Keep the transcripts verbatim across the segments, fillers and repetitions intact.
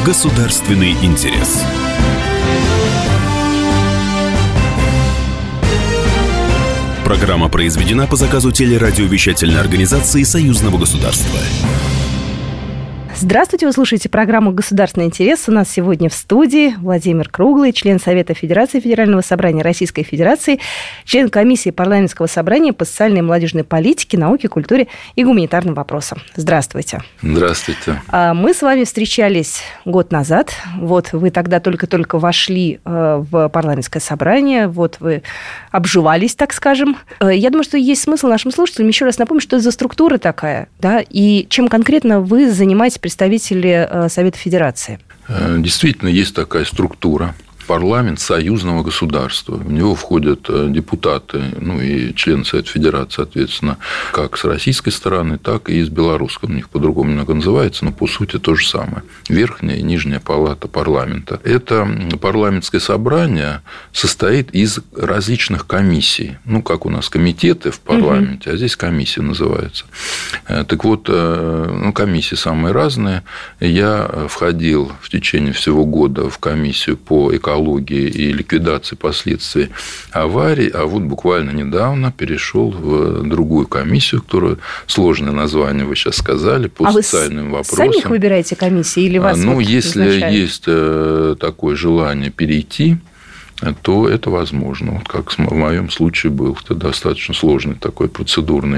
Государственный интерес. Программа произведена по заказу телерадиовещательной организации Союзного государства. Здравствуйте, вы слушаете программу «Государственный интерес». У нас сегодня в студии Владимир Круглый, член Совета Федерации Федерального собрания Российской Федерации, член комиссии парламентского собрания по социальной и молодежной политике, науке, культуре и гуманитарным вопросам. Здравствуйте. Здравствуйте. Мы с вами встречались год назад. Вот вы тогда только-только вошли в парламентское собрание, вот вы обживались, так скажем. Я думаю, что есть смысл нашим слушателям еще раз напомнить, что это за структура такая, да, и чем конкретно вы занимаетесь, представители Совета Федерации. Действительно, есть такая структура. Парламент союзного государства. В него входят депутаты, ну и члены Совета Федерации, соответственно, как с российской стороны, так и с белорусской. У них по-другому немного называется, но по сути то же самое. Верхняя и нижняя палата парламента. Это парламентское собрание состоит из различных комиссий. Ну, как у нас комитеты в парламенте, угу. а здесь комиссии называются. Так вот, ну, комиссии самые разные. Я входил в течение всего года в комиссию по экологии и ликвидации последствий аварий, а вот буквально недавно перешел в другую комиссию, которая сложное название вы сейчас сказали, по а социальным вы вопросам. Сами их выбираете комиссии или вас? Ну, вот если назначают? Есть такое желание перейти, то это возможно. Вот как в моем случае был. Это достаточно сложный такой процедурный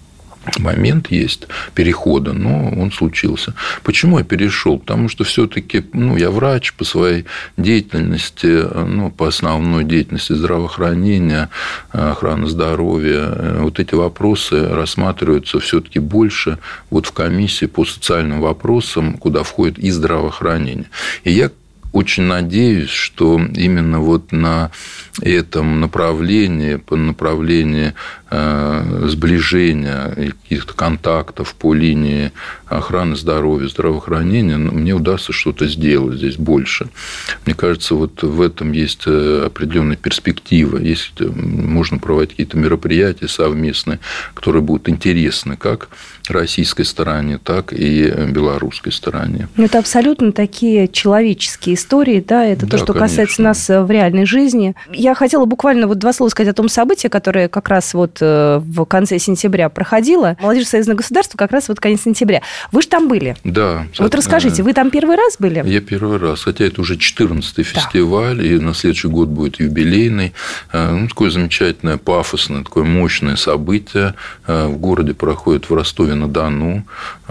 момент есть перехода, но он случился. Почему я перешел? Потому что все-таки, ну, я врач по своей деятельности, ну, по основной деятельности здравоохранения, охраны здоровья. Вот эти вопросы рассматриваются все-таки больше вот в комиссии по социальным вопросам, куда входит и здравоохранение. И я очень надеюсь, что именно вот на этом направлении, по направлению э, сближения каких-то контактов по линии охраны здоровья, здравоохранения, мне удастся что-то сделать здесь больше. Мне кажется, вот в этом есть определенная перспектива. Есть, можно проводить какие-то мероприятия совместные, которые будут интересны как российской стороне, так и белорусской стороне. Это абсолютно такие человеческие истории, да, это да, то, что конечно. Касается нас в реальной жизни. Я хотела буквально вот два слова сказать о том событии, которое как раз вот в конце сентября проходило. Молодежь Союзного государства как раз вот конец сентября. Вы же там были. Да. Вот расскажите, вы там первый раз были? Я первый раз, хотя это уже четырнадцатый да. фестиваль, и на следующий год будет юбилейный. Ну, такое замечательное, пафосное, такое мощное событие. В городе проходит в Ростове-на-Дону,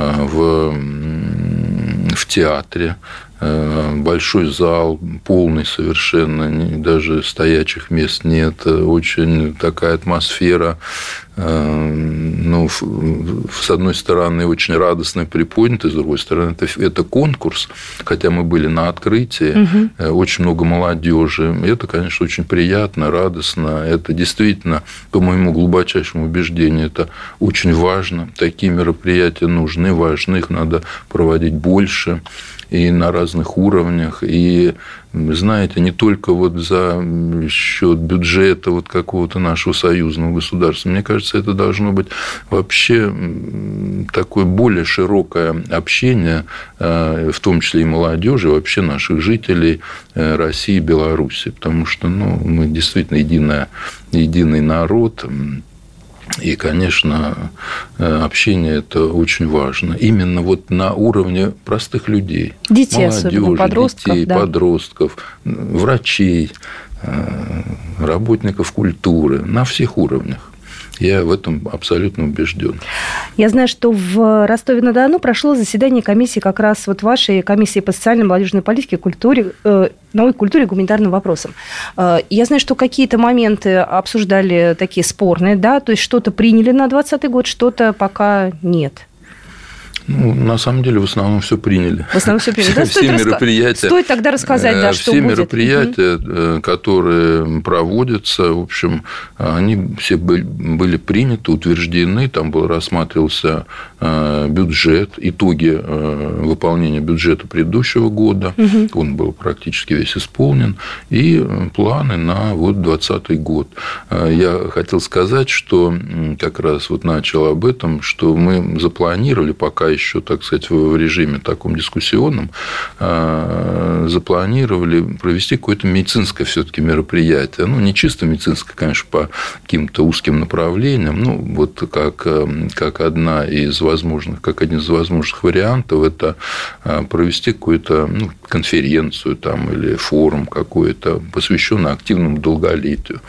в, в театре. Большой зал, полный совершенно, даже стоячих мест нет. Очень такая атмосфера, ну, с одной стороны, очень радостная, приподнятая, с другой стороны, это, это конкурс, хотя мы были на открытии, угу. очень много молодежи. Это, конечно, очень приятно, радостно. Это действительно, по моему глубочайшему убеждению, это очень важно. Такие мероприятия нужны, важны, их надо проводить больше. И на разных уровнях, и, знаете, не только вот за счет бюджета вот какого-то нашего союзного государства. Мне кажется, это должно быть вообще такое более широкое общение, в том числе и молодежи, вообще наших жителей России и Беларуси, потому что, ну, мы действительно единая, единый народ. И, конечно, общение – это очень важно. Именно вот на уровне простых людей. Детей, молодежи, особенно, подростков. Детей, да. подростков, врачей, работников культуры. На всех уровнях. Я в этом абсолютно убежден. Я знаю, что в Ростове-на-Дону прошло заседание комиссии, как раз вот вашей комиссии по социальной молодежной политике, культуре, э, науке, культуре и гуманитарным вопросам. Э, я знаю, что какие-то моменты обсуждали такие спорные, да, то есть что-то приняли на двадцатый год, что-то пока нет. Ну, на самом деле, в основном все приняли. В основном все приняли. Да, все стоит мероприятия. Раска... Стоит тогда рассказать, да, что все будет. мероприятия, угу. которые проводятся, в общем, они все были приняты, утверждены. Там был рассматривался бюджет, итоги выполнения бюджета предыдущего года. Угу. Он был практически весь исполнен. И планы на вот двадцатый год. Я хотел сказать, что как раз вот начал об этом, что мы запланировали, пока еще еще, так сказать, в режиме таком дискуссионном, запланировали провести какое-то медицинское все-таки мероприятие. Ну, не чисто медицинское, конечно, по каким-то узким направлениям. Ну, вот как, как, одна из возможных, как один из возможных вариантов, это провести какую-то ну, конференцию там, или форум какой-то, посвященный активному долголетию.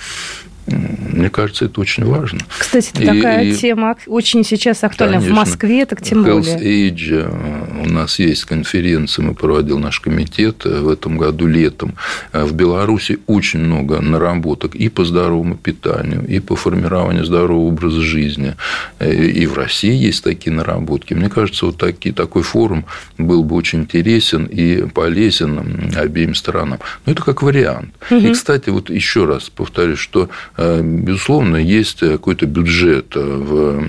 Мне кажется, это очень важно. Кстати, это и, такая и, тема очень сейчас актуальна, конечно, в Москве, так тем более. Health Age. У нас есть конференция, мы проводил наш комитет в этом году летом. В Беларуси очень много наработок и по здоровому питанию, и по формированию здорового образа жизни. И в России есть такие наработки. Мне кажется, вот такие, такой форум был бы очень интересен и полезен обеим сторонам. Но это как вариант. Угу. И, кстати, вот еще раз повторюсь, что безусловно, есть какой-то бюджет в,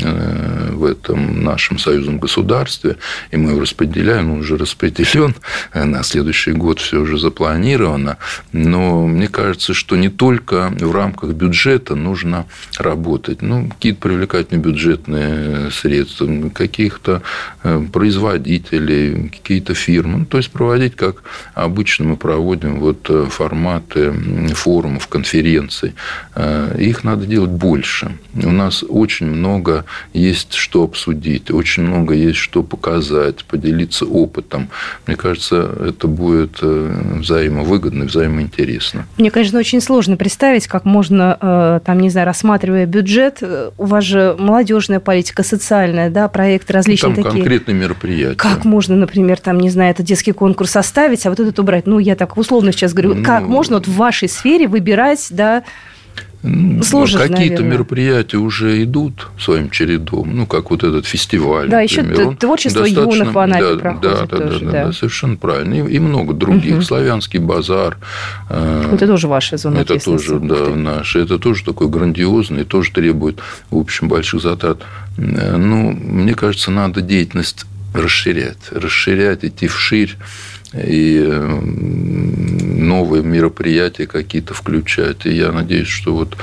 в этом нашем союзном государстве, и мы его распределяем, он уже распределен, на следующий год все уже запланировано. Но мне кажется, что не только в рамках бюджета нужно работать. Ну, какие-то привлекательные бюджетные средства, каких-то производителей, какие-то фирмы. Ну, то есть, проводить, как обычно мы проводим, вот форматы форумов, конференций. Их надо делать больше. У нас очень много есть что обсудить, очень много есть что показать, поделиться опытом. Мне кажется, это будет взаимовыгодно, взаимоинтересно. Мне, конечно, очень сложно представить, как можно, там, не знаю, рассматривая бюджет, у вас же молодежная политика, социальная, да, проекты различные там такие. Конкретные мероприятия. Как можно, например, там, не знаю, этот детский конкурс оставить, а вот этот убрать? Ну, я так условно сейчас говорю. Ну, как можно вот в вашей сфере выбирать, да, служит, какие-то наверное. Мероприятия уже идут своим чередом, ну, как вот этот фестиваль. Да, например. еще творчество достаточно... юных в Анапе да, проходит да, да, тоже. Да, да. да, совершенно правильно. И, и много других. Угу. Славянский базар. Это тоже ваша зона Это тоже, да, наш. Это тоже такой грандиозный, тоже требует, в общем, больших затрат. Ну, мне кажется, надо деятельность расширять. Расширять, идти вширь. И новые мероприятия какие-то включать. И я надеюсь, что вот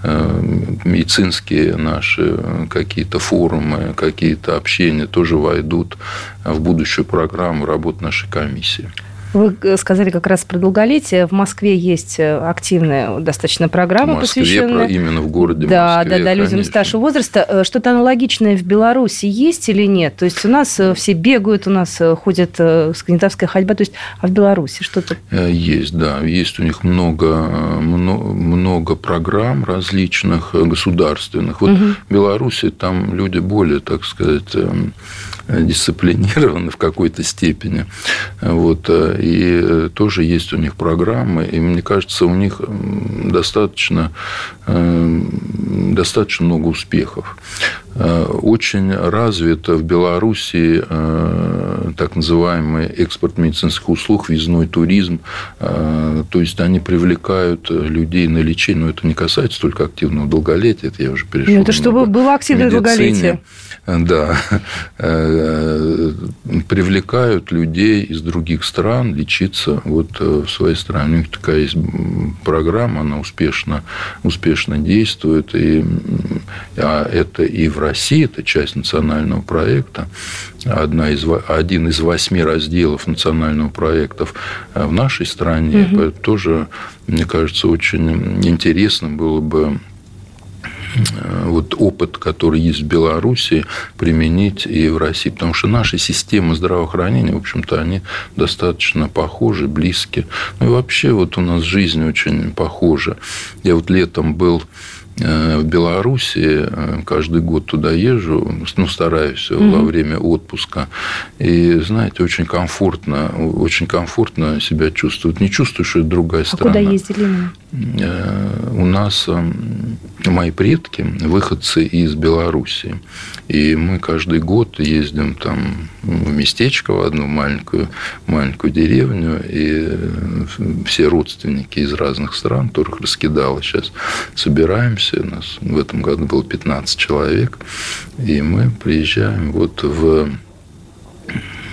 медицинские наши какие-то форумы, какие-то общения тоже войдут в будущую программу работы нашей комиссии. Вы сказали как раз про долголетие. В Москве есть активная достаточно программа, в Москве, посвященная... именно в городе да, Москве, да, да, людям конечно. старшего возраста. Что-то аналогичное в Беларуси есть или нет? То есть, у нас все бегают, у нас ходят скандинавская ходьба. То есть, а в Беларуси что-то? Есть, да. Есть у них много, много, много программ различных, государственных. Вот угу. в Беларуси там люди более, так сказать, дисциплинированы в какой-то степени. Вот. И тоже есть у них программы. И мне кажется, у них достаточно, достаточно много успехов. Очень развит в Беларуси так называемый экспорт медицинских услуг, въездной туризм. То есть, они привлекают людей на лечение. Но это не касается только активного долголетия. Это я уже перешел. Ну, это чтобы было активное долголетие. Да. Привлекают людей из других стран лечиться вот в своей стране. У них такая есть программа, она успешно, успешно действует. И, а это и в России, это часть национального проекта. Одна из, один из восьми разделов национального проекта в нашей стране. Угу. Тоже, мне кажется, очень интересно было бы вот опыт, который есть в Беларуси, применить и в России. Потому что наши системы здравоохранения, в общем-то, они достаточно похожи, близки. Ну и вообще вот у нас жизнь очень похожа. Я вот летом был в Беларуси, каждый год туда езжу, ну, стараюсь mm-hmm. во время отпуска. И, знаете, очень комфортно, очень комфортно себя чувствую. Не чувствую, что это другая а страна. А куда ездили? У нас мои предки выходцы из Беларуси. И мы каждый год ездим там в местечко, в одну маленькую, маленькую деревню. И все родственники из разных стран, которых раскидало сейчас, собираемся. У нас в этом году было пятнадцать человек. И мы приезжаем вот в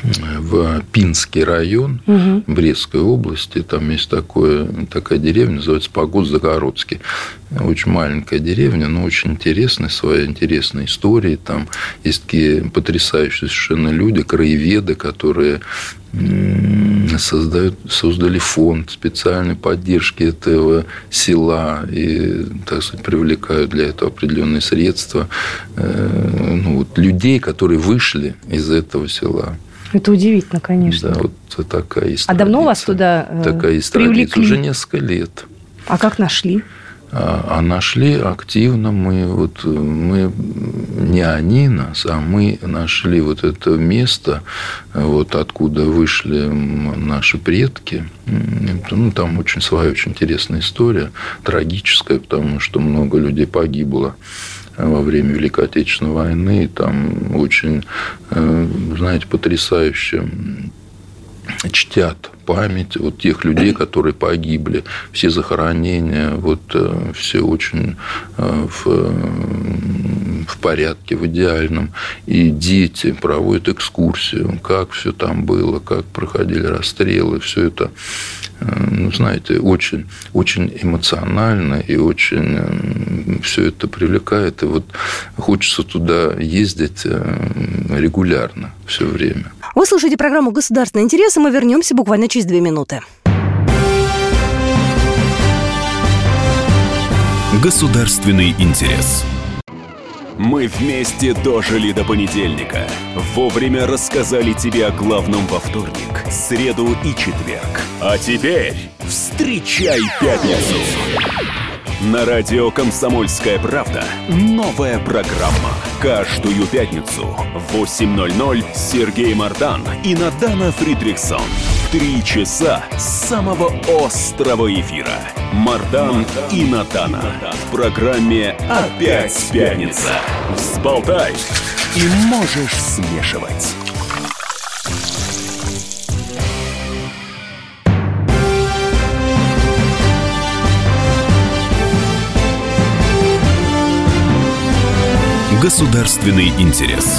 в Пинский район угу. Брестской области. Там есть такое, такая деревня, называется Погост-Загородский. Очень маленькая деревня, но очень интересная, своя интересная история. Там есть такие потрясающие совершенно люди, краеведы, которые создают, создали фонд специальной поддержки этого села и, так сказать, привлекают для этого определенные средства. Ну, вот, людей, которые вышли из этого села. Это удивительно, конечно. Да, вот такая есть А традиция. Давно вас туда э, такая есть привлекли? Традиция. Уже несколько лет. А как нашли? А, а нашли активно. Мы, вот, мы, не они нас, а мы нашли вот это место, вот, откуда вышли наши предки. Ну, там очень своя, очень интересная история, трагическая, потому что много людей погибло во время Великой Отечественной войны. Там очень, знаете, потрясающе чтят память вот тех людей, которые погибли. Все захоронения, вот, все очень в, в порядке, в идеальном. И дети проводят экскурсию, как все там было, как проходили расстрелы. Все это, ну, знаете, очень, очень эмоционально и очень все это привлекает. И вот хочется туда ездить регулярно все время. Вы слушаете программу «Государственный интерес», и мы вернемся буквально через две минуты. Государственный интерес. Мы вместе дожили до понедельника. Вовремя рассказали тебе о главном во вторник, среду и четверг. А теперь встречай пятницу. На радио «Комсомольская правда» новая программа. Каждую пятницу в восемь ноль ноль Сергей Мардан и Надана Фридрихсон. Три часа самого острого эфира. Мардан и Надана. В программе «Опять пятница». Взболтай и можешь смешивать. Государственный интерес.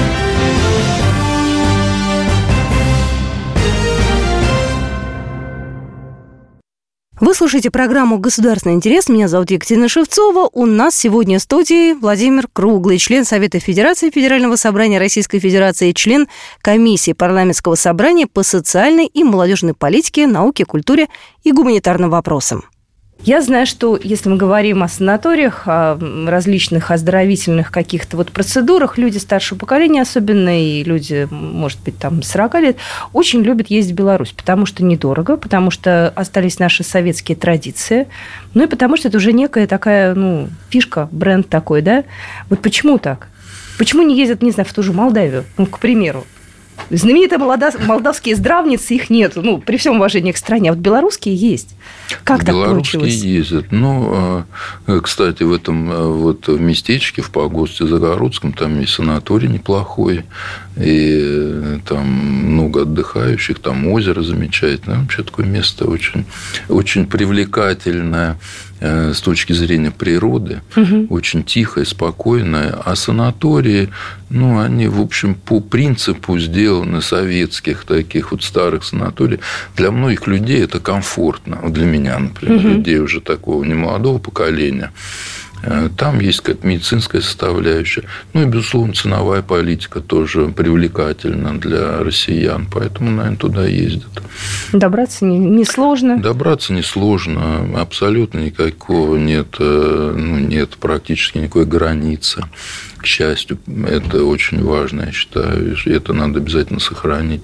Вы слушаете программу «Государственный интерес». Меня зовут Екатерина Шевцова. У нас сегодня в студии Владимир Круглый, член Совета Федерации Федерального собрания Российской Федерации, член комиссии парламентского собрания по социальной и молодежной политике, науке, культуре и гуманитарным вопросам. Я знаю, что если мы говорим о санаториях, о различных оздоровительных каких-то вот процедурах, люди старшего поколения особенно, и люди, может быть, там сорок лет, очень любят ездить в Беларусь, потому что недорого, потому что остались наши советские традиции, ну и потому что это уже некая такая, ну, фишка, бренд такой, да? Вот почему так? Почему не ездят, не знаю, в ту же Молдавию, ну, к примеру? Знаменитые молдавские здравницы, их нет, ну, при всем уважении к стране. А вот белорусские есть. Как так получилось? Белорусские ездят. Ну, кстати, в этом вот местечке, в Погосте Загородском, там есть санаторий неплохой, и там много отдыхающих, там озеро замечательное. Вообще такое место очень, очень привлекательное с точки зрения природы, угу. Очень тихое, спокойное. А санатории, ну, они, в общем, по принципу сделаны советских таких вот старых санаторий. Для многих людей это комфортно. Для меня, например, угу. людей уже такого немолодого поколения. Там есть какая-то медицинская составляющая. Ну, и, безусловно, ценовая политика тоже привлекательна для россиян. Поэтому, наверное, туда ездят. Добраться несложно? Добраться несложно. Абсолютно никакого нет, ну, нет практически никакой границы. К счастью, это очень важно, я считаю. И это надо обязательно сохранить.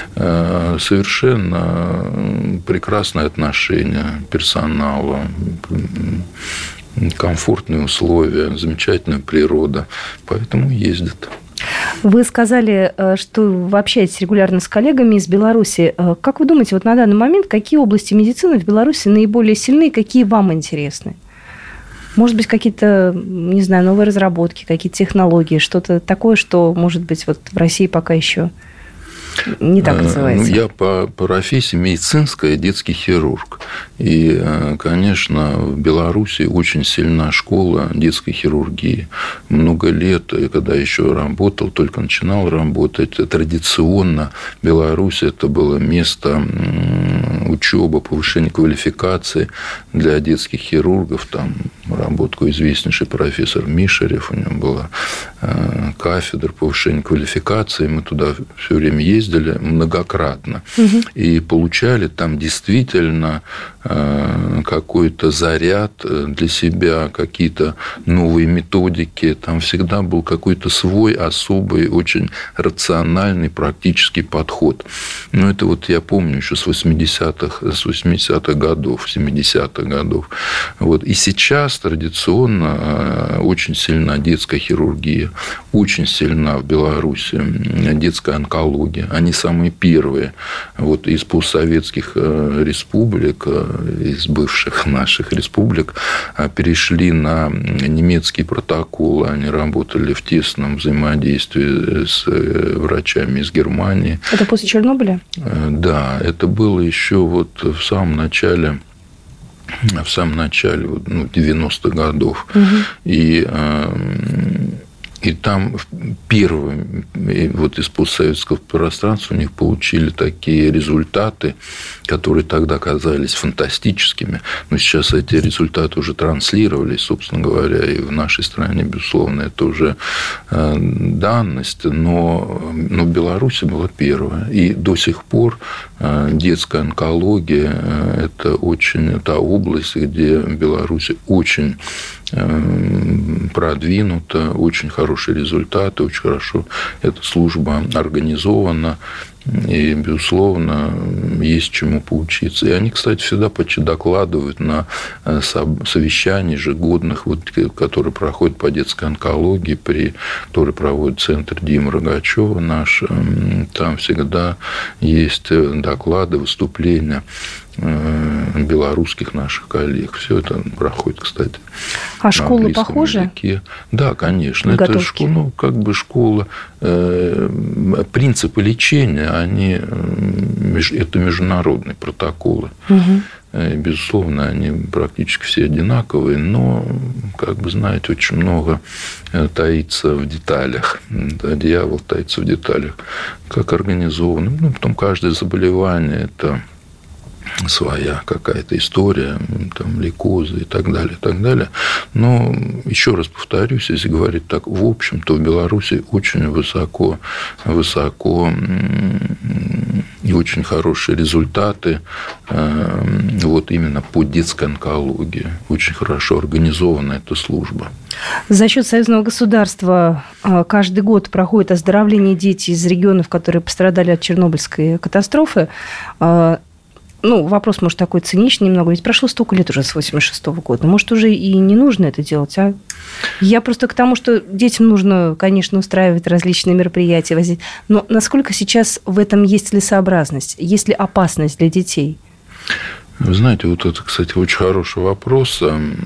Совершенно прекрасное отношение персонала, комфортные условия, замечательная природа, поэтому ездят. Вы сказали, что вы общаетесь регулярно с коллегами из Беларуси. Как вы думаете, вот на данный момент, какие области медицины в Беларуси наиболее сильны, какие вам интересны? Может быть, какие-то, не знаю, новые разработки, какие-то технологии, что-то такое, что, может быть, вот в России пока еще не так называется? Ну, я по профессии медицинская детский хирург. И, конечно, в Беларуси очень сильна школа детской хирургии. много лет, когда еще работал, только начинал работать, традиционно Беларусь – это было место учебы, повышения квалификации для детских хирургов. Там работал известнейший профессор Мишарев, у него была кафедра повышения квалификации. Мы туда все время ездили многократно. Угу. И получали там действительно какой-то заряд для себя, какие-то новые методики. Там всегда был какой-то свой особый, очень рациональный, практический подход. Но это вот я помню еще с восьмидесятых, с восьмидесятых годов, семидесятых годов. Вот. И сейчас традиционно очень сильна детская хирургия, очень сильна в Беларуси детская онкология. Они самые первые вот из постсоветских республик, из бывших наших республик, перешли на немецкие протоколы. Они работали в тесном взаимодействии с врачами из Германии. Это после Чернобыля? Да, это было еще вот в самом начале, в самом начале ну, девяностых годов. Угу. И И там первые вот из постсоветского пространства у них получили такие результаты, которые тогда казались фантастическими. Но сейчас эти результаты уже транслировались, собственно говоря, и в нашей стране, безусловно, это уже данность. Но, но в Беларуси была первая. И до сих пор детская онкология – это очень та область, где в Беларуси очень продвинута, очень хорошие результаты, очень хорошо эта служба организована. И, безусловно, есть чему поучиться. И они, кстати, всегда почти докладывают на совещаниях ежегодных, вот, которые проходят по детской онкологии, при, которые проводит центр Димы Рогачева наш. Там всегда есть доклады, выступления белорусских наших коллег. Все это проходит, кстати. А школы похожи? Языке. Да, конечно. Это школа, ну, как бы школа. Принципы лечения, они, это международные протоколы. Угу. Безусловно, они практически все одинаковые, но, как бы, знаете, очень много таится в деталях. Да, дьявол таится в деталях. Как организовано. Ну, потом каждое заболевание – это своя какая-то история, там, лейкозы и так далее, и так далее. Но, еще раз повторюсь, если говорить так, в общем, то в Беларуси очень высоко, высоко и очень хорошие результаты вот именно по детской онкологии. Очень хорошо организована эта служба. За счет союзного государства каждый год проходит оздоровление детей из регионов, которые пострадали от Чернобыльской катастрофы. Ну, вопрос, может, такой циничный немного, ведь прошло столько лет уже с восемьдесят шестого года. Может, уже и не нужно это делать, а? Я просто к тому, что детям нужно, конечно, устраивать различные мероприятия, возить. Но насколько сейчас в этом есть целесообразность? Есть ли опасность для детей? Вы знаете, вот это, кстати, очень хороший вопрос.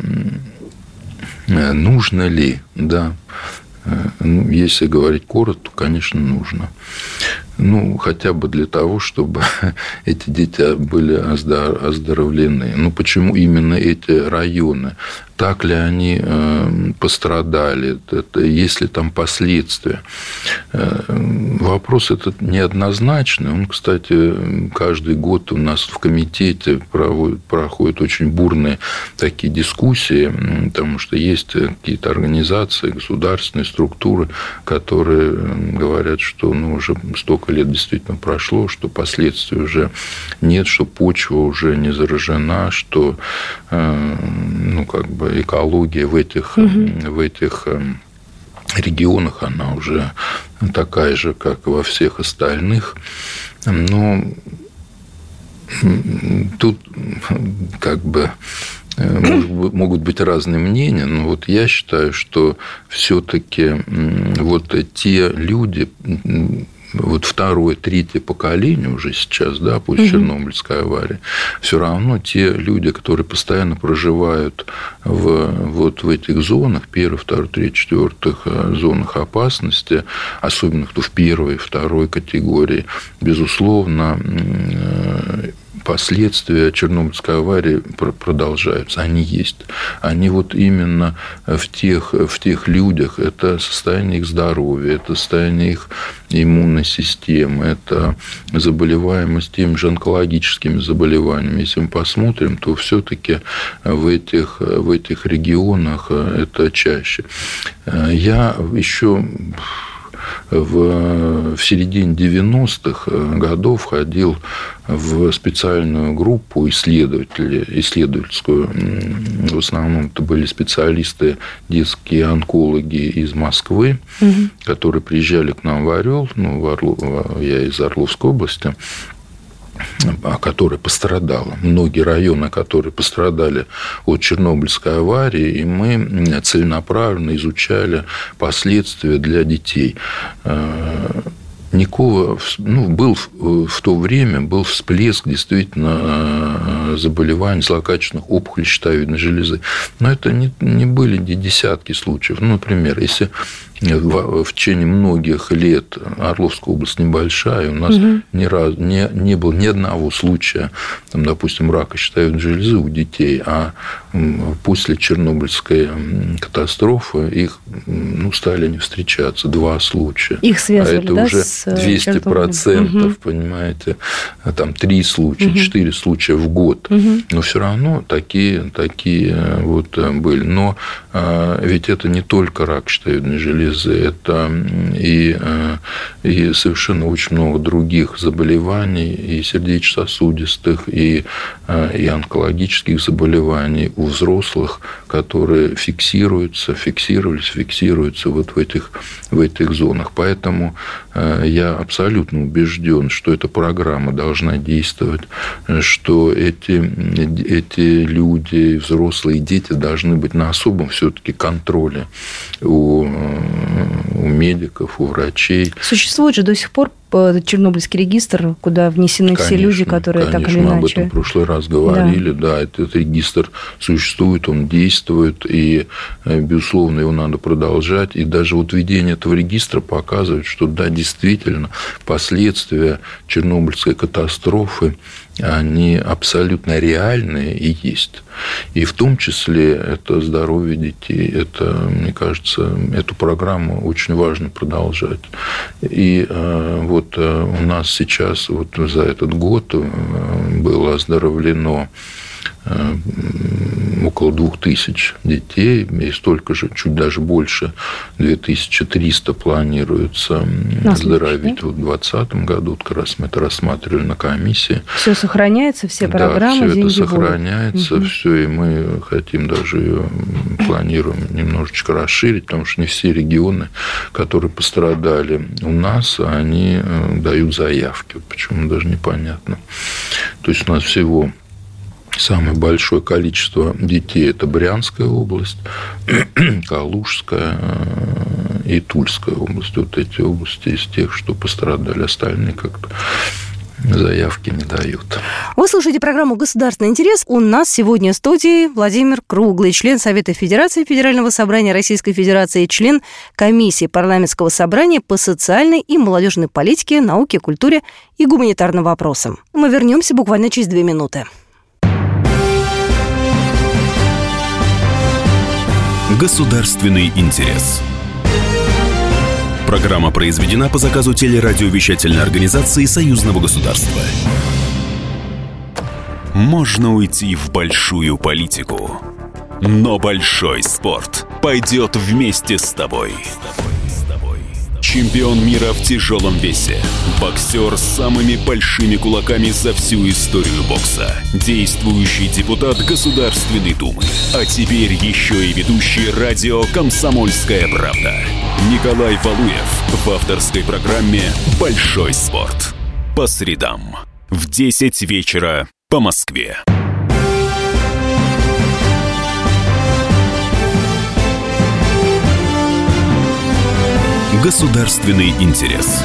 Нужно ли, да? Если говорить коротко, то, конечно, нужно. Ну, хотя бы для того, чтобы эти дети были оздоровлены. Ну, почему именно эти районы? Так ли они пострадали? Это, есть ли там последствия? Вопрос этот неоднозначный. Он, кстати, каждый год у нас в комитете проводят, проходят очень бурные такие дискуссии, потому что есть какие-то организации, государственные структуры, которые говорят, что ну, уже столько лет действительно прошло, что последствий уже нет, что почва уже не заражена, что ну, как бы экология в этих, угу. в этих регионах, она уже такая же, как и во всех остальных. Но тут как бы могут быть разные мнения, но вот я считаю, что все-таки вот те люди, вот второе, третье поколение уже сейчас, да, после Чернобыльской аварии, все равно те люди, которые постоянно проживают в, вот в этих зонах, первой, второй, третьей, четвертых зонах опасности, особенно кто в первой, второй категории, безусловно, последствия Чернобыльской аварии продолжаются. Они есть. Они вот именно в тех, в тех людях. Это состояние их здоровья, это состояние их иммунной системы, это заболеваемость теми же онкологическими заболеваниями. Если мы посмотрим, то все-таки в этих, в этих регионах это чаще. Я еще в, в середине девяностых годов ходил в специальную группу исследователей, исследовательскую. В основном это были специалисты, детские онкологи из Москвы, угу. которые приезжали к нам в Орел, ну, в Орлов, я из Орловской области, которая пострадала, многие районы, которые пострадали от Чернобыльской аварии, и мы целенаправленно изучали последствия для детей. Никакого, ну, был в то время был всплеск действительно заболеваний злокачественных опухолей щитовидной железы. Но это не, не были десятки случаев. Ну, например, если в, в течение многих лет Орловская область небольшая, у нас угу. ни раз, не, не было ни одного случая, там, допустим, рака щитовидной железы у детей, а после Чернобыльской катастрофы их, ну, стали не встречаться, два случая. Их связывали, а это да, уже с двести процентов, угу. понимаете, там три случая, угу. четыре случая в год. Угу. Но все равно такие, такие вот были. Но ведь это не только рак щитовидной железы, это и, и совершенно очень много других заболеваний, и сердечно-сосудистых, и, и онкологических заболеваний у взрослых, которые фиксируются, фиксировались, фиксируются вот в этих, в этих зонах. Поэтому я абсолютно убежден, что эта программа должна действовать, что эти, эти люди, взрослые, дети должны быть на особом все-таки контроле у, у медиков, у врачей. Существует же до сих пор Чернобыльский регистр, куда внесены конечно, все люди, которые конечно, так или иначе... мы об этом в прошлый раз говорили. Да. Да, этот регистр существует, он действует, и, безусловно, его надо продолжать. И даже вот введение этого регистра показывает, что, да, действительно, последствия Чернобыльской катастрофы, они абсолютно реальные и есть. И в том числе это здоровье детей. Это, мне кажется, эту программу очень важно продолжать. И вот у нас сейчас вот за этот год было оздоровлено около двух тысяч детей, и столько же, чуть даже больше, две тысячи триста планируется оздоровить в двадцатом году. Вот как раз мы это рассматривали на комиссии. Все сохраняется, все программы, да, все деньги это сохраняется, будут. Все, и мы хотим даже ее, планируем немножечко расширить, потому что не все регионы, которые пострадали у нас, они дают заявки. Вот почему даже непонятно. То есть у нас всего самое большое количество детей – это Брянская область, Калужская и Тульская область. Вот эти области из тех, что пострадали. Остальные как-то заявки не дают. Вы слушаете программу «Государственный интерес». У нас сегодня в студии Владимир Круглый, член Совета Федерации Федерального собрания Российской Федерации, член комиссии парламентского собрания по социальной и молодежной политике, науке, культуре и гуманитарным вопросам. Мы вернемся буквально через две минуты. Государственный интерес. Программа произведена по заказу телерадиовещательной организации Союзного государства. Можно уйти в большую политику, но большой спорт пойдет вместе с тобой. Чемпион мира в тяжелом весе. Боксер с самыми большими кулаками за всю историю бокса. Действующий депутат Государственной Думы. А теперь еще и ведущий радио «Комсомольская правда». Николай Валуев в авторской программе «Большой спорт». По средам в десять вечера по Москве. Государственный интерес.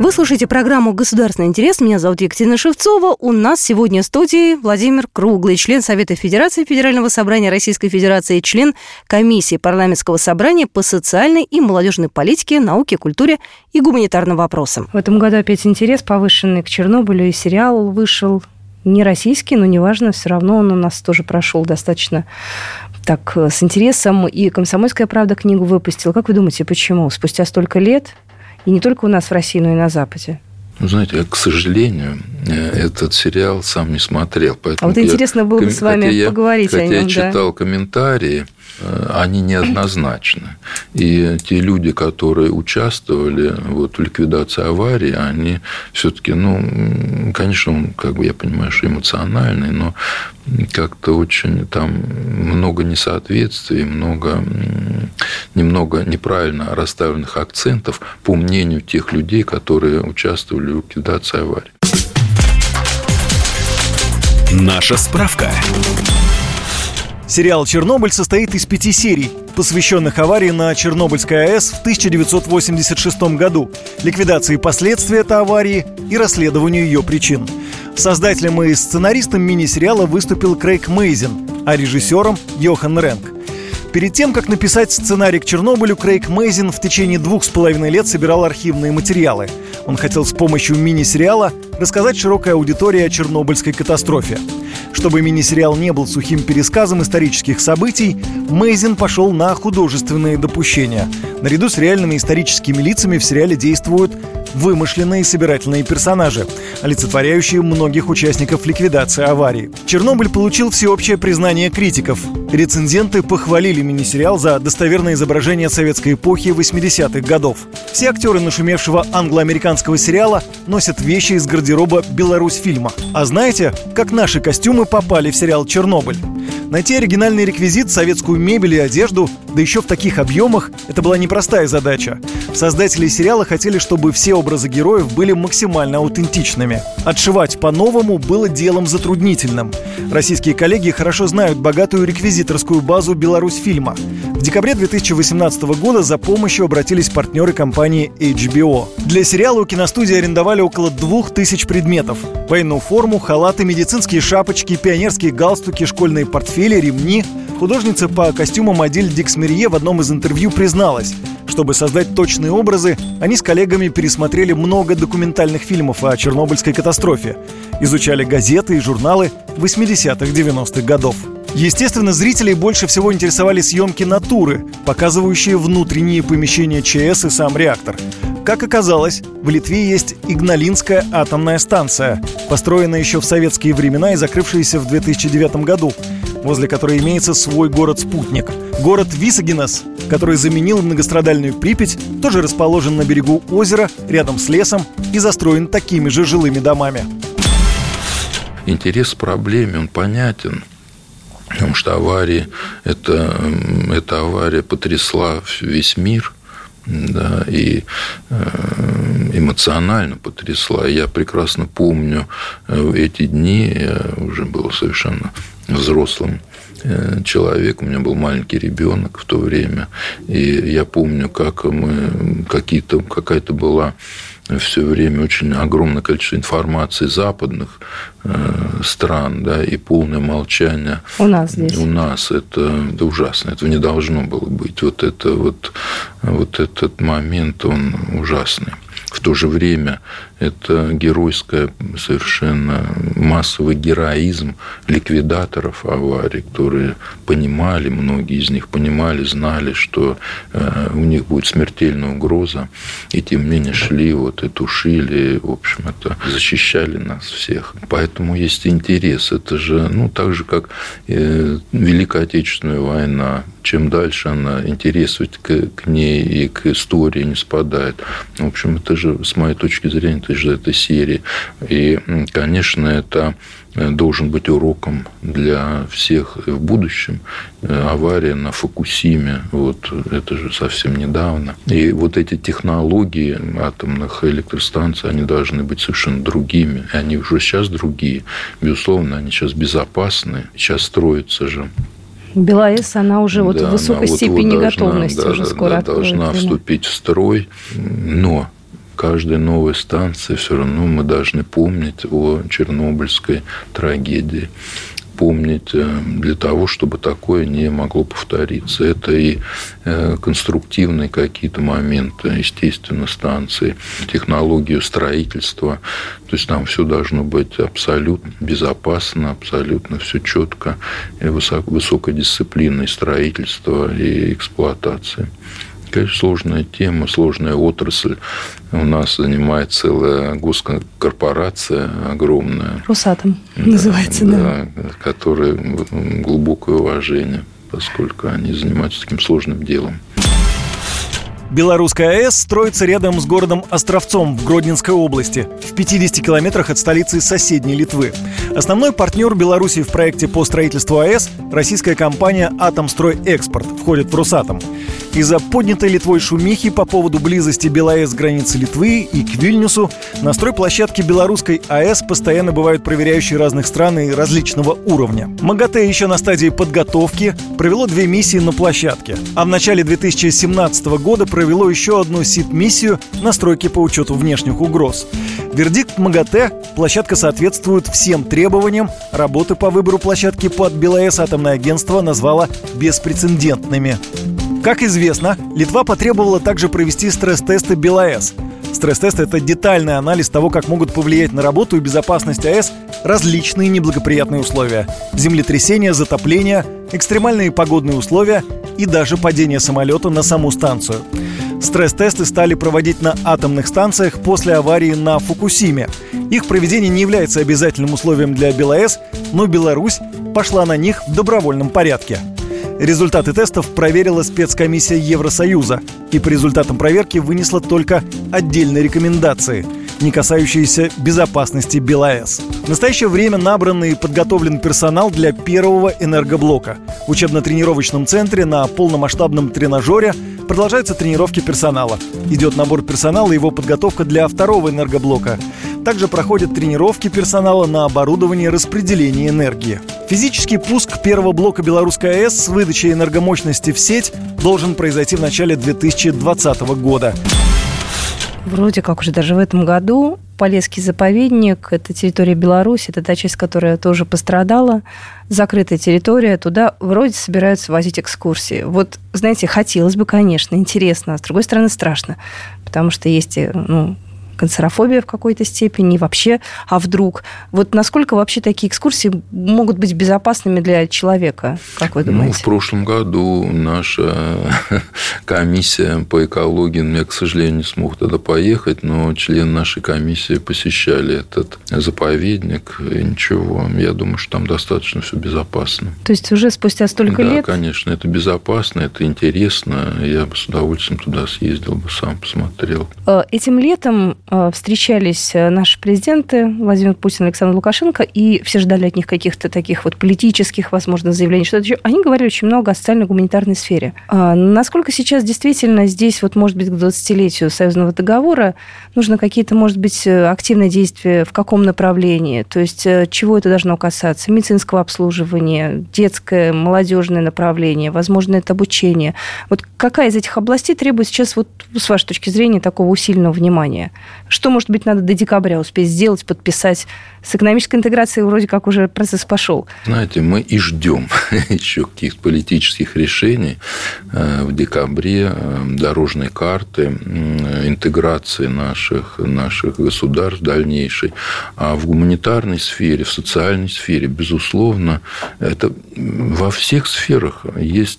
Вы слушаете программу «Государственный интерес». Меня зовут Екатерина Шевцова. У нас сегодня в студии Владимир Круглый, член Совета Федерации Федерального собрания Российской Федерации, член комиссии парламентского собрания по социальной и молодежной политике, науке, культуре и гуманитарным вопросам. В этом году опять интерес повышенный к Чернобылю, и сериал вышел не российский, но неважно, все равно он у нас тоже прошел достаточно так с интересом. И «Комсомольская правда» книгу выпустила. Как вы думаете, почему? Спустя столько лет... И не только у нас в России, но и на Западе. Ну, знаете, я, к сожалению, этот сериал сам не смотрел. А вот интересно было бы с вами я, поговорить хотя о нем. Хотя я читал да. комментарии, они неоднозначны. И те люди, которые участвовали вот, в ликвидации аварии, они все-таки, ну, конечно, он, как бы я понимаю, что эмоциональный, но как-то очень там много несоответствий, много, немного неправильно расставленных акцентов по мнению тех людей, которые участвовали в ликвидации аварии. Наша справка. Сериал «Чернобыль» состоит из пяти серий, посвященных аварии на Чернобыльской АЭС в тысяча девятьсот восемьдесят шестом году, ликвидации последствий этой аварии и расследованию ее причин. Создателем и сценаристом мини-сериала выступил Крейг Мейзин, а режиссером – Йохан Ренк. Перед тем, как написать сценарий к Чернобылю, Крейг Мейзин в течение двух с половиной лет собирал архивные материалы. Он хотел с помощью мини-сериала рассказать широкой аудитории о Чернобыльской катастрофе. Чтобы мини-сериал не был сухим пересказом исторических событий, Мейзин пошел на художественные допущения. Наряду с реальными историческими лицами в сериале действуют вымышленные собирательные персонажи, олицетворяющие многих участников ликвидации аварии. «Чернобыль» получил всеобщее признание критиков. Рецензенты похвалили мини-сериал за достоверное изображение советской эпохи восьмидесятых годов. Все актеры нашумевшего англо-американского сериала носят вещи из гардероба «Беларусьфильма». А знаете, как наши костюмы попали в сериал «Чернобыль»? Найти оригинальный реквизит, советскую мебель и одежду, да еще в таких объемах, это была непростая задача. Создатели сериала хотели, чтобы все образы героев были максимально аутентичными. Отшивать по-новому было делом затруднительным. Российские коллеги хорошо знают богатую реквизиторскую базу «Беларусьфильма». В декабре две тысячи восемнадцатого года за помощью обратились партнеры компании эйч би о. Для сериала у киностудии арендовали около двух тысяч предметов. Военную форму, халаты, медицинские шапочки, пионерские галстуки, школьные портфели, ремни. Художница по костюмам Адиль Диксмерье в одном из интервью призналась: чтобы создать точные образы, они с коллегами пересмотрели много документальных фильмов о Чернобыльской катастрофе, изучали газеты и журналы восьмидесятых-девяностых годов. Естественно, зрителей больше всего интересовали съемки натуры, показывающие внутренние помещения ЧАЭС и сам реактор. Как оказалось, в Литве есть Игналинская атомная станция, построенная еще в советские времена и закрывшаяся в две тысячи девятом году, возле которой имеется свой город-спутник. Город Висагинас, который заменил многострадальную Припять, тоже расположен на берегу озера, рядом с лесом и застроен такими же жилыми домами. Интерес к проблеме, он понятен. Потому что авария, это, эта авария потрясла весь мир, да, и эмоционально потрясла. Я прекрасно помню эти дни, я уже был совершенно взрослым человек, у меня был маленький ребенок в то время, и я помню, как мы, какие-то, какая-то была все время очень огромное количество информации западных э, стран, да, и полное молчание у нас здесь. У нас это, это ужасно, этого не должно было быть. Вот, это, вот, вот этот момент, он ужасный. В то же время это геройское, совершенно массовый героизм ликвидаторов аварий, которые понимали, многие из них понимали, знали, что у них будет смертельная угроза, и тем не менее шли, вот и тушили, в общем, это защищали нас всех. Поэтому есть интерес. Это же, ну, так же, как Великая Отечественная война. Чем дальше она, интерес к, к ней и к истории не спадает. В общем, это же, с моей точки зрения, это же эта серия. И, конечно, это должен быть уроком для всех в будущем. Авария на Фукусиме, вот это же совсем недавно. И вот эти технологии атомных электростанций, они должны быть совершенно другими. И они уже сейчас другие. Безусловно, они сейчас безопасны. Сейчас строятся же. БелАЭС, она уже вот да, в высокой вот, степени вот готовности да, уже да, скоро да, откроет. Должна вступить в строй, но каждой новой станции все равно мы должны помнить о Чернобыльской трагедии. Помнить для того, чтобы такое не могло повториться. Это и конструктивные какие-то моменты, естественно, станции, технологию строительства. То есть там все должно быть абсолютно безопасно, абсолютно все четко, и высокой дисциплиной строительства и эксплуатации. Конечно, сложная тема, сложная отрасль. У нас занимает целая госкорпорация огромная. Росатом да, называется, да. да. Которой глубокое уважение, поскольку они занимаются таким сложным делом. Белорусская АЭС строится рядом с городом Островцом в Гродненской области, в пятидесяти километрах от столицы соседней Литвы. Основной партнер Беларуси в проекте по строительству АЭС – российская компания «Атомстройэкспорт», входит в Росатом. Из-за поднятой Литвой шумихи по поводу близости БелАЭС к границе Литвы и к Вильнюсу на стройплощадке белорусской АЭС постоянно бывают проверяющие разных стран и различного уровня. МАГАТЭ еще на стадии подготовки провело две миссии на площадке, а в начале две тысячи семнадцатого года провело еще одну СИД-миссию на стройке по учету внешних угроз. Вердикт МАГАТЭ – площадка соответствует всем требованиям. Работы по выбору площадки под БелАЭС атомное агентство назвало беспрецедентными. Как известно, Литва потребовала также провести стресс-тесты БелАЭС. Стресс-тест – это детальный анализ того, как могут повлиять на работу и безопасность АЭС различные неблагоприятные условия – землетрясения, затопления, экстремальные погодные условия и даже падение самолета на саму станцию. Стресс-тесты стали проводить на атомных станциях после аварии на Фукусиме. Их проведение не является обязательным условием для БелАЭС, но Беларусь пошла на них в добровольном порядке. Результаты тестов проверила спецкомиссия Евросоюза и по результатам проверки вынесла только отдельные рекомендации, не касающиеся безопасности БелАЭС. В настоящее время набран и подготовлен персонал для первого энергоблока. В учебно-тренировочном центре на полномасштабном тренажере продолжаются тренировки персонала. Идет набор персонала и его подготовка для второго энергоблока. Также проходят тренировки персонала на оборудование распределения энергии. Физический пуск первого блока Белорусской АЭС с выдачей энергомощности в сеть должен произойти в начале две тысячи двадцатого года. Вроде как уже даже в этом году Полесский заповедник – это территория Беларуси, это та часть, которая тоже пострадала, закрытая территория, туда вроде собираются возить экскурсии. Вот, знаете, хотелось бы, конечно, интересно, а с другой стороны страшно, потому что есть, ну, канцерофобия в какой-то степени, вообще, а вдруг? Вот насколько вообще такие экскурсии могут быть безопасными для человека, как вы думаете? Ну, в прошлом году наша комиссия по экологии, я, к сожалению, не смог тогда поехать, но члены нашей комиссии посещали этот заповедник, и ничего, я думаю, что там достаточно все безопасно. То есть уже спустя столько да, лет? Да, конечно, это безопасно, это интересно, я бы с удовольствием туда съездил бы, сам посмотрел. Этим летом встречались наши президенты Владимир Путин и Александр Лукашенко, и все ждали от них каких-то таких вот политических, возможно, заявлений, что-то еще. Они говорили очень много о социально-гуманитарной сфере. А насколько сейчас действительно здесь, вот, может быть, к двадцатилетию союзного договора нужно какие-то, может быть, активные действия в каком направлении? То есть чего это должно касаться? Медицинского обслуживания, детское, молодежное направление, возможно, это обучение. Вот какая из этих областей требует сейчас, вот, с вашей точки зрения, такого усиленного внимания? Что, может быть, надо до декабря успеть сделать, подписать? С экономической интеграцией вроде как уже процесс пошел. Знаете, мы и ждем еще каких-то политических решений в декабре, дорожной карты, интеграции наших, наших государств дальнейшей. А в гуманитарной сфере, в социальной сфере, безусловно, это во всех сферах есть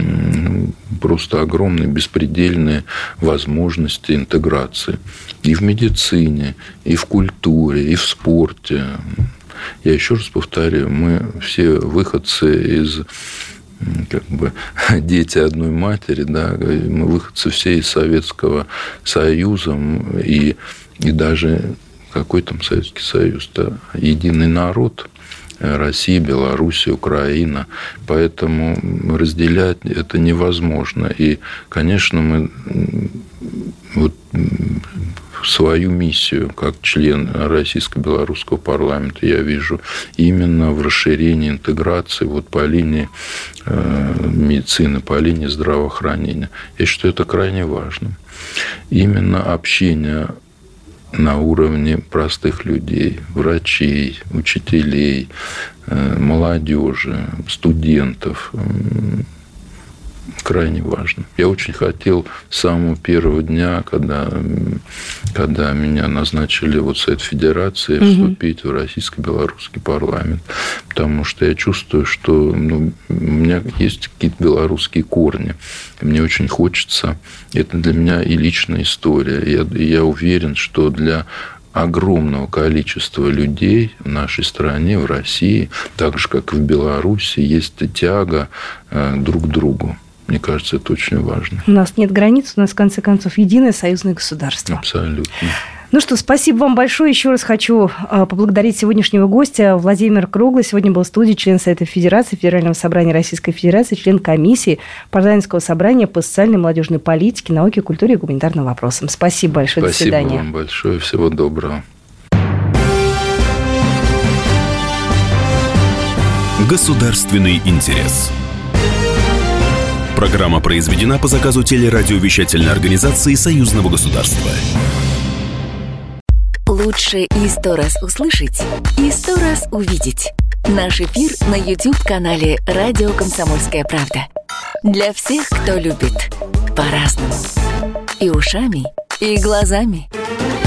просто огромные, беспредельные возможности интеграции. И в медицине, и в культуре, и в спорте. Я еще раз повторю, мы все выходцы из, как бы, дети одной матери, да, мы выходцы все из Советского Союза, и, и даже какой там Советский Союз, да, единый народ. Россия, Беларусь, Украина. Поэтому разделять это невозможно. И, конечно, мы вот свою миссию как член российско-белорусского парламента я вижу именно в расширении интеграции вот по линии медицины, по линии здравоохранения. Я считаю, это крайне важно. Именно общение на уровне простых людей, врачей, учителей, молодежи, студентов. Крайне важно. Я очень хотел с самого первого дня, когда, когда меня назначили вот Совет Федерации, вступить угу. в российско-белорусский парламент. Потому что я чувствую, что ну, у меня есть какие-то белорусские корни. И мне очень хочется. Это для меня и личная история. Я, я уверен, что для огромного количества людей в нашей стране, в России, так же, как и в Беларуси, есть тяга друг к другу. Мне кажется, это очень важно. У нас нет границ, у нас, в конце концов, единое союзное государство. Абсолютно. Ну что, спасибо вам большое. Еще раз хочу поблагодарить сегодняшнего гостя. Владимир Круглый сегодня был в студии, член Совета Федерации, Федерального собрания Российской Федерации, член комиссии парламентского собрания по социальной и молодежной политике, науке, культуре и гуманитарным вопросам. Спасибо большое. Спасибо. До свидания. Спасибо вам большое. Всего доброго. Государственный интерес. Программа произведена по заказу телерадиовещательной организации Союзного государства. Лучше и сто раз услышать, и сто раз увидеть. Наш эфир на YouTube-канале «Радио Комсомольская правда». Для всех, кто любит по-разному. И ушами, и глазами.